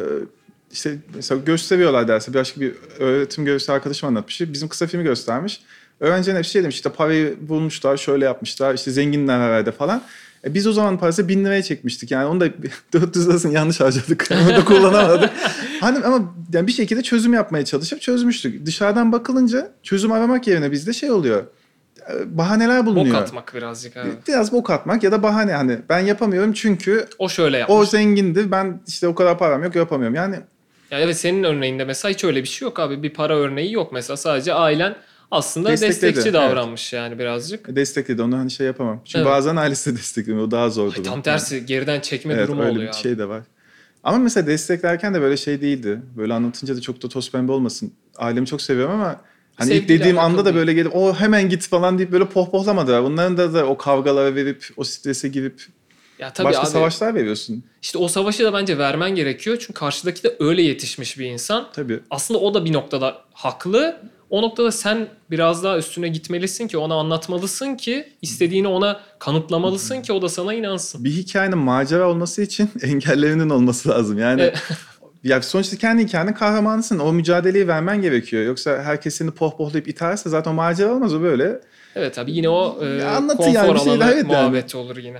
İşte mesela gösteriyorlar derse. Başka bir öğretim görevlisi arkadaşım anlatmıştı. Bizim kısa filmi göstermiş. Öğrencilerin hepsi şey demiş, işte parayı bulmuşlar, şöyle yapmışlar, işte zenginler herhalde falan. Biz o zaman parası 1000 liraya çekmiştik. Yani onu da 400 lirasını yanlış harcadık. Onu da kullanamadık. Hani ama yani bir şekilde çözüm yapmaya çalışıp çözmüştük. Dışarıdan bakılınca çözüm aramak yerine bizde şey oluyor. Bahaneler bulunuyor. Bok atmak birazcık abi. Biraz bok atmak ya da bahane, hani ben yapamıyorum çünkü O şöyle yapmış. o zengindi, ben işte o kadar param yok, yapamıyorum. Yani Ya evet, senin örneğinde mesela hiç öyle bir şey yok abi. Bir para örneği yok mesela. Sadece ailen aslında Destekledi, destekçi davranmış yani birazcık. destekledi, onu hani şey yapamam. Çünkü Evet. bazen ailesi de desteklemiyor, o daha zor Ay, durum. tam tersi, geriden çekme Evet, durumu öyle oluyor bir abi. şey de var. Ama mesela desteklerken de böyle şey değildi. Böyle anlatınca da çok da toz pembe olmasın. Ailemi çok seviyorum ama Hani ilk Sevgiyle dediğim alakalı anda da değil. böyle gelip o hemen git falan deyip böyle pohpohlamadılar. Bunların da o kavgalara verip o strese girip Ya tabii başka abi. savaşlar veriyorsun. İşte o savaşı da bence vermen gerekiyor. Çünkü karşıdaki de öyle yetişmiş bir insan. Tabii. Aslında o da bir noktada haklı. O noktada sen biraz daha üstüne gitmelisin ki ona anlatmalısın ki istediğini ona kanıtlamalısın ki o da sana inansın. Bir hikayenin macera olması için engellerinin olması lazım. Yani E, ya sonuçta kendi hikayenin kahramanısın. O mücadeleyi vermen gerekiyor. Yoksa herkes seni pohpohlayıp iterse zaten o macera olmaz o böyle. evet abi yine o Ya anlatı konfor yani bir şey alanı daha, evet yani. muhabbeti olur yine.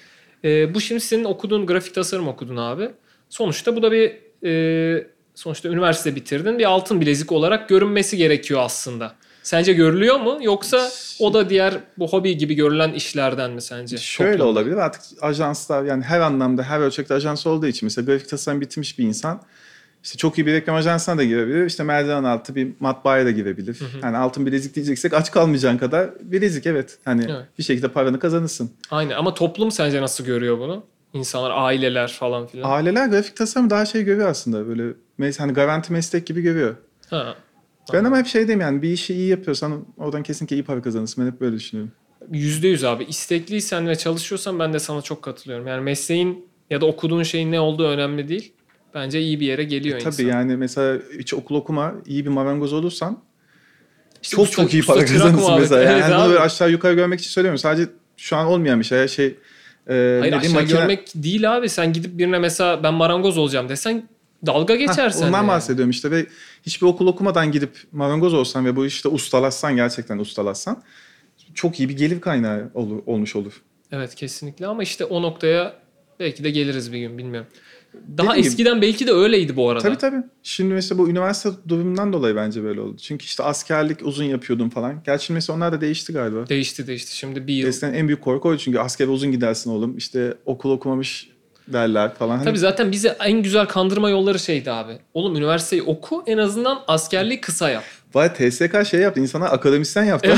Bu şimdi senin okuduğun grafik tasarım okudun abi. Sonuçta bu da bir sonuçta üniversite bitirdin. Bir altın bilezik olarak görünmesi gerekiyor aslında. Sence görülüyor mu? Yoksa o da diğer bu hobi gibi görülen işlerden mi sence? Şöyle toplumda? olabilir artık ajanslar yani her anlamda her ölçekte ajans olduğu için mesela grafik tasarım bitmiş bir insan işte çok iyi bir reklam ajansına da girebilir. İşte merdiven altı bir matbaaya da girebilir. Yani altın bilezik diyeceksek aç kalmayacağın kadar bilezik, evet. Hani Evet. bir şekilde paranı kazanırsın. Aynen ama toplum sence nasıl görüyor bunu? İnsanlar, aileler falan filan. Aileler grafik tasarım daha şey görüyor aslında böyle hani garanti meslek gibi görüyor. Ha. Ben ama hep şey diyeyim yani bir işi iyi yapıyorsan oradan kesinlikle iyi para kazanırsın. Ben hep böyle düşünüyorum. %100 abi. İstekliysen ve çalışıyorsan ben de sana çok katılıyorum. Yani mesleğin ya da okuduğun şeyin ne olduğu önemli değil. Bence iyi bir yere geliyor insan. Tabii yani mesela hiç okul okuma, iyi bir marangoz olursan İşte çok usta- çok iyi usta para çırak kazanırsın muhabbeti. mesela. Evet Yani bunu abi. böyle aşağı yukarı görmek için söylemiyorum. Sadece şu an olmayan bir şey. Hayır Ne aşağı diyeyim, makine... görmek değil abi. Sen gidip birine mesela ben marangoz olacağım desen dalga geçer Hah, seninle ondan yani. bahsediyorum işte ve hiçbir okul okumadan gidip marangoz olsan ve bu işte ustalaşsan, gerçekten ustalaşsan çok iyi bir gelir kaynağı olmuş olur. Evet kesinlikle ama işte o noktaya belki de geliriz bir gün bilmiyorum. Daha Dediğim gibi, eskiden belki de öyleydi bu arada. tabii. Şimdi mesela bu üniversite durumundan dolayı bence böyle oldu. Çünkü işte askerlik uzun yapıyordum falan. Gerçi mesela onlar da değişti galiba. Değişti. Şimdi bir yıl. Eskiden en büyük korku oydu çünkü askere uzun gidersin oğlum. İşte okul okumamış derler falan. Hani Tabii zaten bize en güzel kandırma yolları şeydi abi. Oğlum üniversiteyi oku en azından askerliği kısa yap. vay TSK şey yaptı. İnsanlar akademisyen yaptı.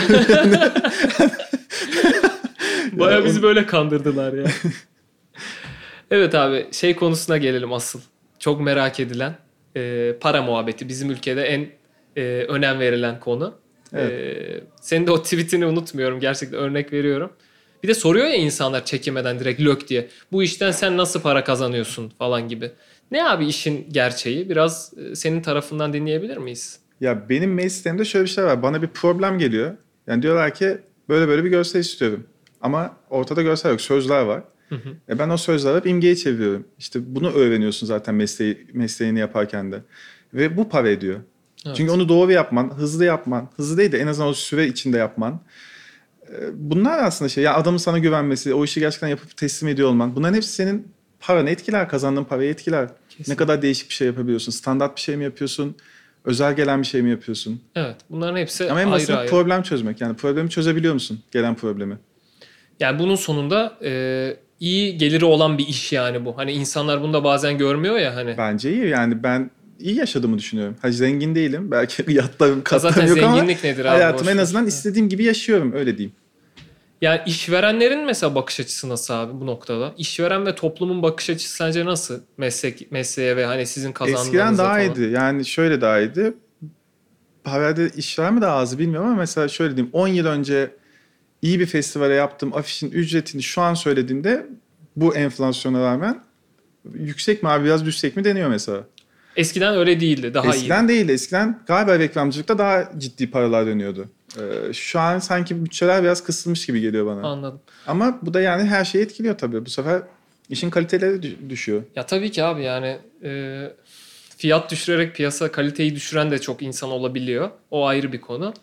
Baya bizi böyle kandırdılar ya. Evet abi şey konusuna gelelim asıl. Çok merak edilen para muhabbeti. Bizim ülkede en önem verilen konu. Senin de o tweetini unutmuyorum. Gerçekten örnek veriyorum. Bir de soruyor ya insanlar çekinmeden direkt lök diye. Bu işten sen nasıl para kazanıyorsun falan gibi. Ne abi işin gerçeği? Biraz senin tarafından dinleyebilir miyiz? Ya benim mesleğimde şöyle bir şey var. Bana bir problem geliyor. Yani diyorlar ki böyle bir görsel istiyorum. Ama ortada görsel yok. Sözler var. Ben o sözleri alıp imgeye çeviriyorum. İşte bunu öğreniyorsun zaten mesleğini yaparken de. Ve bu para ediyor. Evet. Çünkü onu doğru yapman, hızlı yapman, hızlı değil de en azından o süre içinde yapman. Bunlar aslında şey. Ya adamın sana güvenmesi, o işi gerçekten yapıp teslim ediyor olman. Bunların hepsi senin paranı etkiler, kazandığın parayı etkiler. Kesinlikle. Ne kadar değişik bir şey yapabiliyorsun. Standart bir şey mi yapıyorsun? Özel gelen bir şey mi yapıyorsun? Evet. Bunların hepsi Ama en ayrı basiti ayrı. problem çözmek. Yani problemi çözebiliyor musun? Gelen problemi. Yani bunun sonunda iyi geliri olan bir iş yani bu. Hani insanlar bunu da bazen görmüyor ya hani. Bence iyi. Yani ben iyi yaşadığımı düşünüyorum. Hadi zengin değilim. Belki yatlarım, Zaten katlarım yok ama zenginlik nedir abi? hayatımı Boş en ver. azından istediğim gibi yaşıyorum. Öyle diyeyim. Yani işverenlerin mesela bakış açısı nasıl abi bu noktada? İşveren ve toplumun bakış açısı sence nasıl? Mesleğe ve hani sizin kazandığınıza Eskiden daha falan. iyiydi. Yani şöyle daha iyiydi. Haberde işler mi daha azı bilmiyorum ama mesela şöyle diyeyim. 10 yıl önce iyi bir festivale yaptığım afişin ücretini şu an söylediğimde bu enflasyona rağmen yüksek mi abi biraz düşsek mi deniyor mesela. Eskiden öyle değildi. Daha Eskiden iyiydi. değildi. Eskiden galiba reklamcılıkta daha ciddi paralar dönüyordu. Şu an sanki bütçeler biraz kısılmış gibi geliyor bana. Anladım. Ama bu da yani her şeyi etkiliyor tabii. Bu sefer işin kaliteleri düşüyor. Ya tabii ki abi yani fiyat düşürerek piyasa kaliteyi düşüren de çok insan olabiliyor. O ayrı bir konu.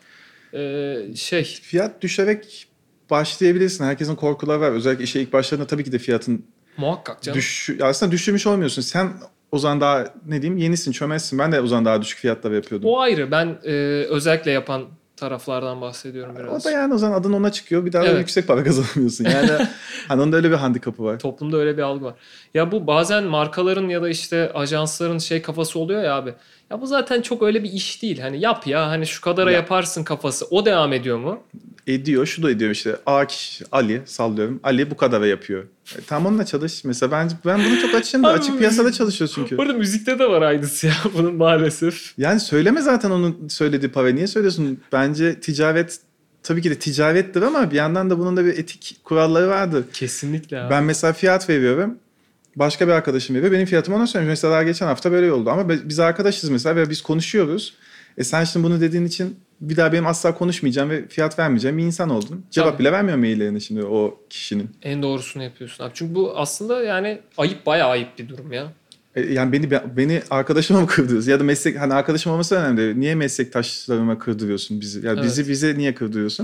Fiyat düşerek başlayabilirsin. Herkesin korkuları var. Özellikle işe ilk başladığında tabii ki de fiyatın Muhakkak canım. aslında düşürmüş olmuyorsun. Sen o zaman daha ne diyeyim yenisin, çömezsin. Ben de o zaman daha düşük fiyatlar yapıyordum. O ayrı. Ben özellikle yapan taraflardan bahsediyorum biraz. O da yani o zaman adın ona çıkıyor. Bir daha da Evet. yüksek para kazanamıyorsun. Yani hani onun da öyle bir handikapı var. Toplumda öyle bir algı var. Ya bu bazen markaların ya da işte ajansların şey kafası oluyor ya abi. Ya bu zaten çok öyle bir iş değil. Hani yap ya, hani şu kadara Ya. yaparsın kafası. O devam ediyor mu? Ediyor, şu da ediyor işte. A kişi, Ali sallıyorum. Ali bu kadara yapıyor. Tamam onunla çalış. Mesela ben bunu çok açığım da Abi açık bu piyasada müzik- çalışıyoruz çünkü. Burada müzikte de var aynısı ya bunun maalesef. Yani söyleme zaten onun söylediği para. Niye söylüyorsun? Bence ticaret tabii ki de ticarettir ama bir yandan da bunun da bir etik kuralları vardır. Kesinlikle abi. Ben mesela fiyat veriyorum. Başka bir arkadaşım veriyor. Benim fiyatımı ona söylüyorum. Mesela daha geçen hafta böyle oldu. Ama biz arkadaşız mesela ve biz konuşuyoruz. Sen şimdi bunu dediğin için bir daha benim asla konuşmayacağım ve fiyat vermeyeceğim bir insan oldun. Cevap Tabii. bile vermiyor maillerine şimdi o kişinin. En doğrusunu yapıyorsun abi. Çünkü bu aslında yani ayıp, bayağı ayıp bir durum ya. Yani beni arkadaşıma mı kırdırıyorsun? Ya da meslek hani arkadaşım olması önemli değil. Niye meslektaşlarıma kırdırıyorsun bizi? Ya Evet. bize niye kırdırıyorsun?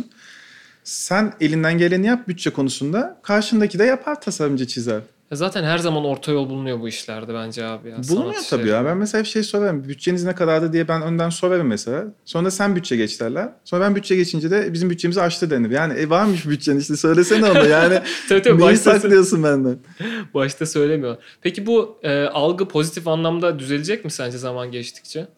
Sen elinden geleni yap bütçe konusunda. Karşındaki de yapar tasarımcı çizer. Zaten her zaman orta yol bulunuyor bu işlerde bence abi ya. Bulunuyor Sanat tabii işleri. ya. Ben mesela bir şey sorarım. Bütçeniz ne kadardı diye ben önden sorarım mesela. Sonra sen bütçe geç derler. Sonra ben bütçe geçince de bizim bütçemizi aştı denir. Yani varmış bütçen işte söylesene onu. Yani Tabii, neyi saklıyorsun benden? başta söylemiyor. Peki bu algı pozitif anlamda düzelecek mi sence zaman geçtikçe?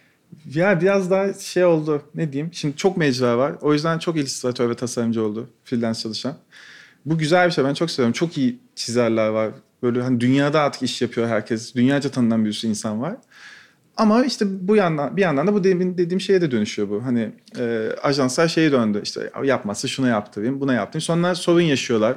Ya biraz daha şey oldu. Ne diyeyim? Şimdi çok mecra var. O yüzden çok illüstratör ve tasarımcı oldu. Freelance çalışan. Bu güzel bir şey. Ben çok seviyorum. Çok iyi çizerler var. Böyle hani dünyada artık iş yapıyor herkes. Dünyaca tanınan bir sürü insan var. Ama işte bir yandan da bu dediğim şeye de dönüşüyor bu. Hani ajanslar şeye döndü. İşte yapmazsa şuna yaptırayım, buna yaptırayım. Sonra sorun yaşıyorlar.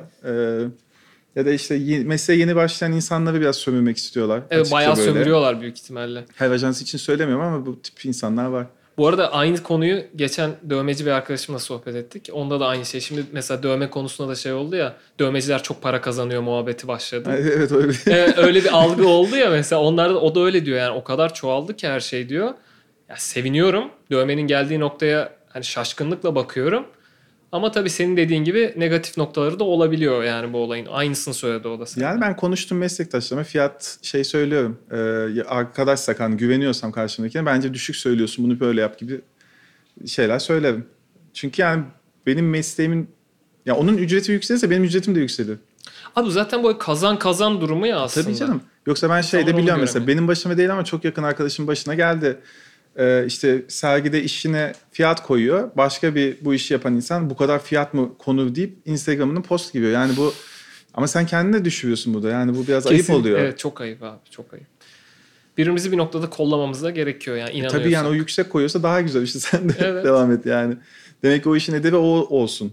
Ya da işte mesleğe yeni başlayan insanları biraz sömürmek istiyorlar. Evet, Açıkça bayağı böyle. sömürüyorlar büyük ihtimalle. Her ajans için söylemiyorum ama bu tip insanlar var. Bu arada aynı konuyu geçen dövmeci bir arkadaşımla sohbet ettik. Onda da aynı şey. Şimdi mesela dövme konusunda da şey oldu ya. Dövmeciler çok para kazanıyor muhabbeti başladı. Evet öyle. Öyle bir algı oldu ya mesela. O da öyle diyor yani. O kadar çoğaldı ki her şey diyor. Ya seviniyorum. Dövmenin geldiği noktaya hani şaşkınlıkla bakıyorum. Ama tabii senin dediğin gibi negatif noktaları da olabiliyor yani bu olayın. Aynısını söyledi o da sana. Yani ben konuştum meslektaşlarıma fiyat söylüyorum. Arkadaşsak hani güveniyorsam karşımdakine bence düşük söylüyorsun bunu böyle yap gibi şeyler söylerim. Çünkü yani benim mesleğimin ya onun ücreti yükselirse benim ücretim de yükselir. Abi zaten bu kazan kazan durumu ya aslında. Tabii canım. Yoksa ben İnsanlar de onu biliyorum mesela göremiyor. benim başıma değil ama çok yakın arkadaşım başına geldi. İşte sergide işine fiyat koyuyor. Başka bir bu işi yapan insan bu kadar fiyat mı konur deyip Instagram'ını post gibi. Yani bu ama sen kendine düşürüyorsun burada. Yani bu biraz ayıp Kesinlikle. oluyor. Evet, çok ayıp abi, çok ayıp. Birbirimizi bir noktada kollamamız da gerekiyor yani inanıyorsak. Tabii yani o yüksek koyuyorsa daha güzel işte sen de Evet. devam et yani. Demek ki o işin edebi o olsun.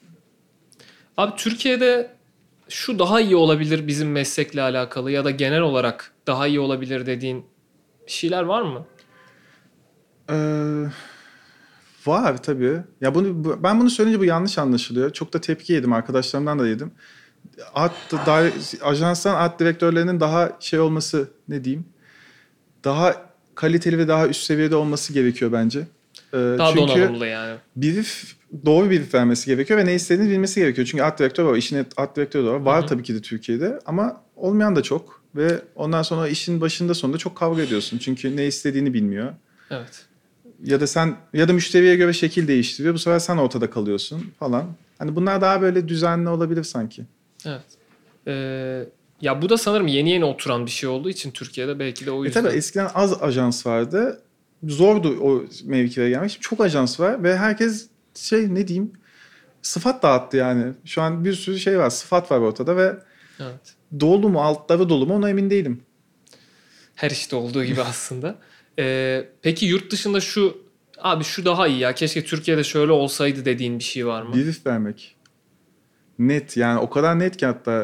Abi Türkiye'de şu daha iyi olabilir bizim meslekle alakalı ya da genel olarak daha iyi olabilir dediğin bir şeyler var mı? Ee, var tabii. Ya ben bunu söyleyince bu yanlış anlaşılıyor. Çok da tepki yedim arkadaşlarımdan da yedim. Ajansların art direktörlerinin daha şey olması ne diyeyim? Daha kaliteli ve daha üst seviyede olması gerekiyor bence. Daha Çünkü donanımlı yani. doğru bir vermesi gerekiyor ve ne istediğini bilmesi gerekiyor. Çünkü art direktör var, işin art direktörü de var. Var Hı hı. tabii ki de Türkiye'de ama olmayan da çok. Ve ondan sonra işin başında sonunda çok kavga ediyorsun. Çünkü ne istediğini bilmiyor. Evet. Ya da müşteriye göre şekil değiştiriyor. Bu sefer sen ortada kalıyorsun falan. Hani bunlar daha böyle düzenli olabilir sanki. Evet. Ya bu da sanırım yeni yeni oturan bir şey olduğu için Türkiye'de belki de o yüzden. Tabii eskiden az ajans vardı. Zordu o mevkilere gelmek. Şimdi çok ajans var ve herkes ne diyeyim sıfat dağıttı yani. Şu an bir sürü şey var. Sıfat var ortada ve Evet. dolu mu altları dolu mu ona emin değilim. Her işte olduğu gibi aslında. Peki yurt dışında şu daha iyi ya. Keşke Türkiye'de şöyle olsaydı dediğin bir şey var mı? Brief vermek. Net yani o kadar net ki hatta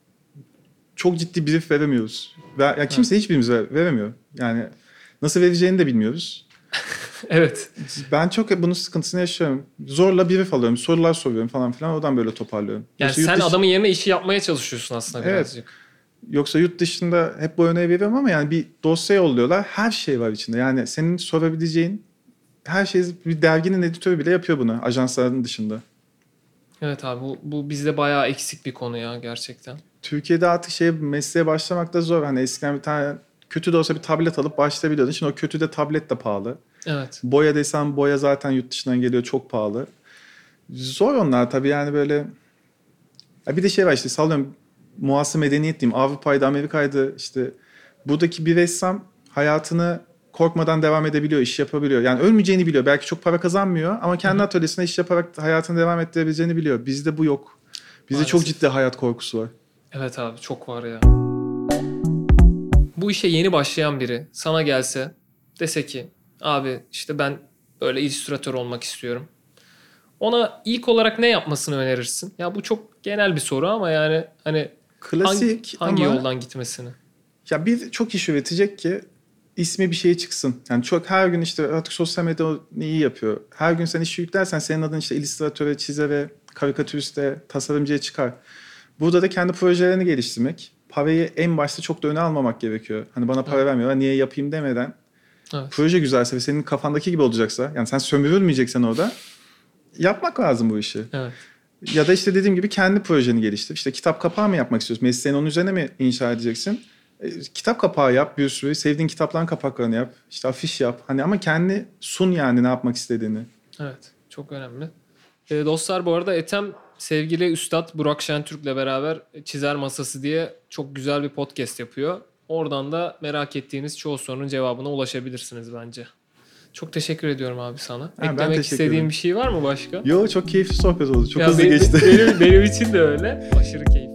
çok ciddi brief veremiyoruz. Ya kimse hiçbirimiz veremiyor. Yani nasıl vereceğini de bilmiyoruz. Evet. Ben çok bunun sıkıntısını yaşıyorum. Zorla brief alıyorum, sorular soruyorum falan filan. Oradan böyle toparlıyorum. Yani Yoksa sen adamın yerine işi yapmaya çalışıyorsun aslında Evet. birazcık. Yoksa yurt dışında hep bu örneği veriyorum ama yani bir dosya yolluyorlar. Her şey var içinde. Yani senin sorabileceğin her şey bir derginin editörü bile yapıyor bunu ajansların dışında. Evet abi bu bizde bayağı eksik bir konu ya gerçekten. Türkiye'de artık mesleğe başlamak da zor. Hani eskiden bir tane kötü de olsa bir tablet alıp başlayabiliyordun. Şimdi o kötü de tablet de pahalı. Evet. Boya desem boya zaten yurt dışından geliyor çok pahalı. Zor onlar tabii yani böyle. Ya bir de şey var işte sallıyorum muasır medeniyet diyeyim. Avrupa'ydı, Amerika'ydı işte buradaki bir ressam hayatını korkmadan devam edebiliyor, iş yapabiliyor. Yani ölmeyeceğini biliyor. Belki çok para kazanmıyor ama kendi atölyesinde iş yaparak hayatını devam ettirebileceğini biliyor. Bizde bu yok. Bizde çok Maalesef. ciddi hayat korkusu var. Evet abi, çok var ya. Bu işe yeni başlayan biri sana gelse, dese ki abi işte ben böyle illüstratör olmak istiyorum. Ona ilk olarak ne yapmasını önerirsin? Ya bu çok genel bir soru ama yani hani Klasik hangi ama yoldan gitmesini? ya bir çok iş üretecek ki ismi bir şeye çıksın. Yani çok her gün işte artık sosyal medya onu iyi yapıyor. Her gün sen işi yüklersen senin adın işte illüstratöre, çizere, karikatüriste, tasarımcıya çıkar. Burada da kendi projelerini geliştirmek. Parayı en başta çok da öne almamak gerekiyor. Hani bana para vermiyorlar, niye yapayım demeden. Evet. Proje güzelse ve senin kafandaki gibi olacaksa, yani sen sömürülmeyeceksen orada yapmak lazım bu işi. Evet. Ya da işte dediğim gibi kendi projeni geliştir. İşte kitap kapağı mı yapmak istiyorsun? Mesleğini onun üzerine mi inşa edeceksin? Kitap kapağı yap bir sürü. Sevdiğin kitapların kapaklarını yap. İşte afiş yap. Hani ama kendi sun yani ne yapmak istediğini. Evet. Çok önemli. Dostlar, bu arada Ethem sevgili Üstad Burak Şentürk'le beraber Çizer Masası diye çok güzel bir podcast yapıyor. Oradan da merak ettiğiniz çoğu sorunun cevabına ulaşabilirsiniz bence. Çok teşekkür ediyorum abi sana. ben Eklemek teşekkür istediğin ederim. bir şey var mı başka? Yo, çok keyifli sohbet oldu. Çok Ya hızlı geçti. benim için de öyle. Aşırı keyifli.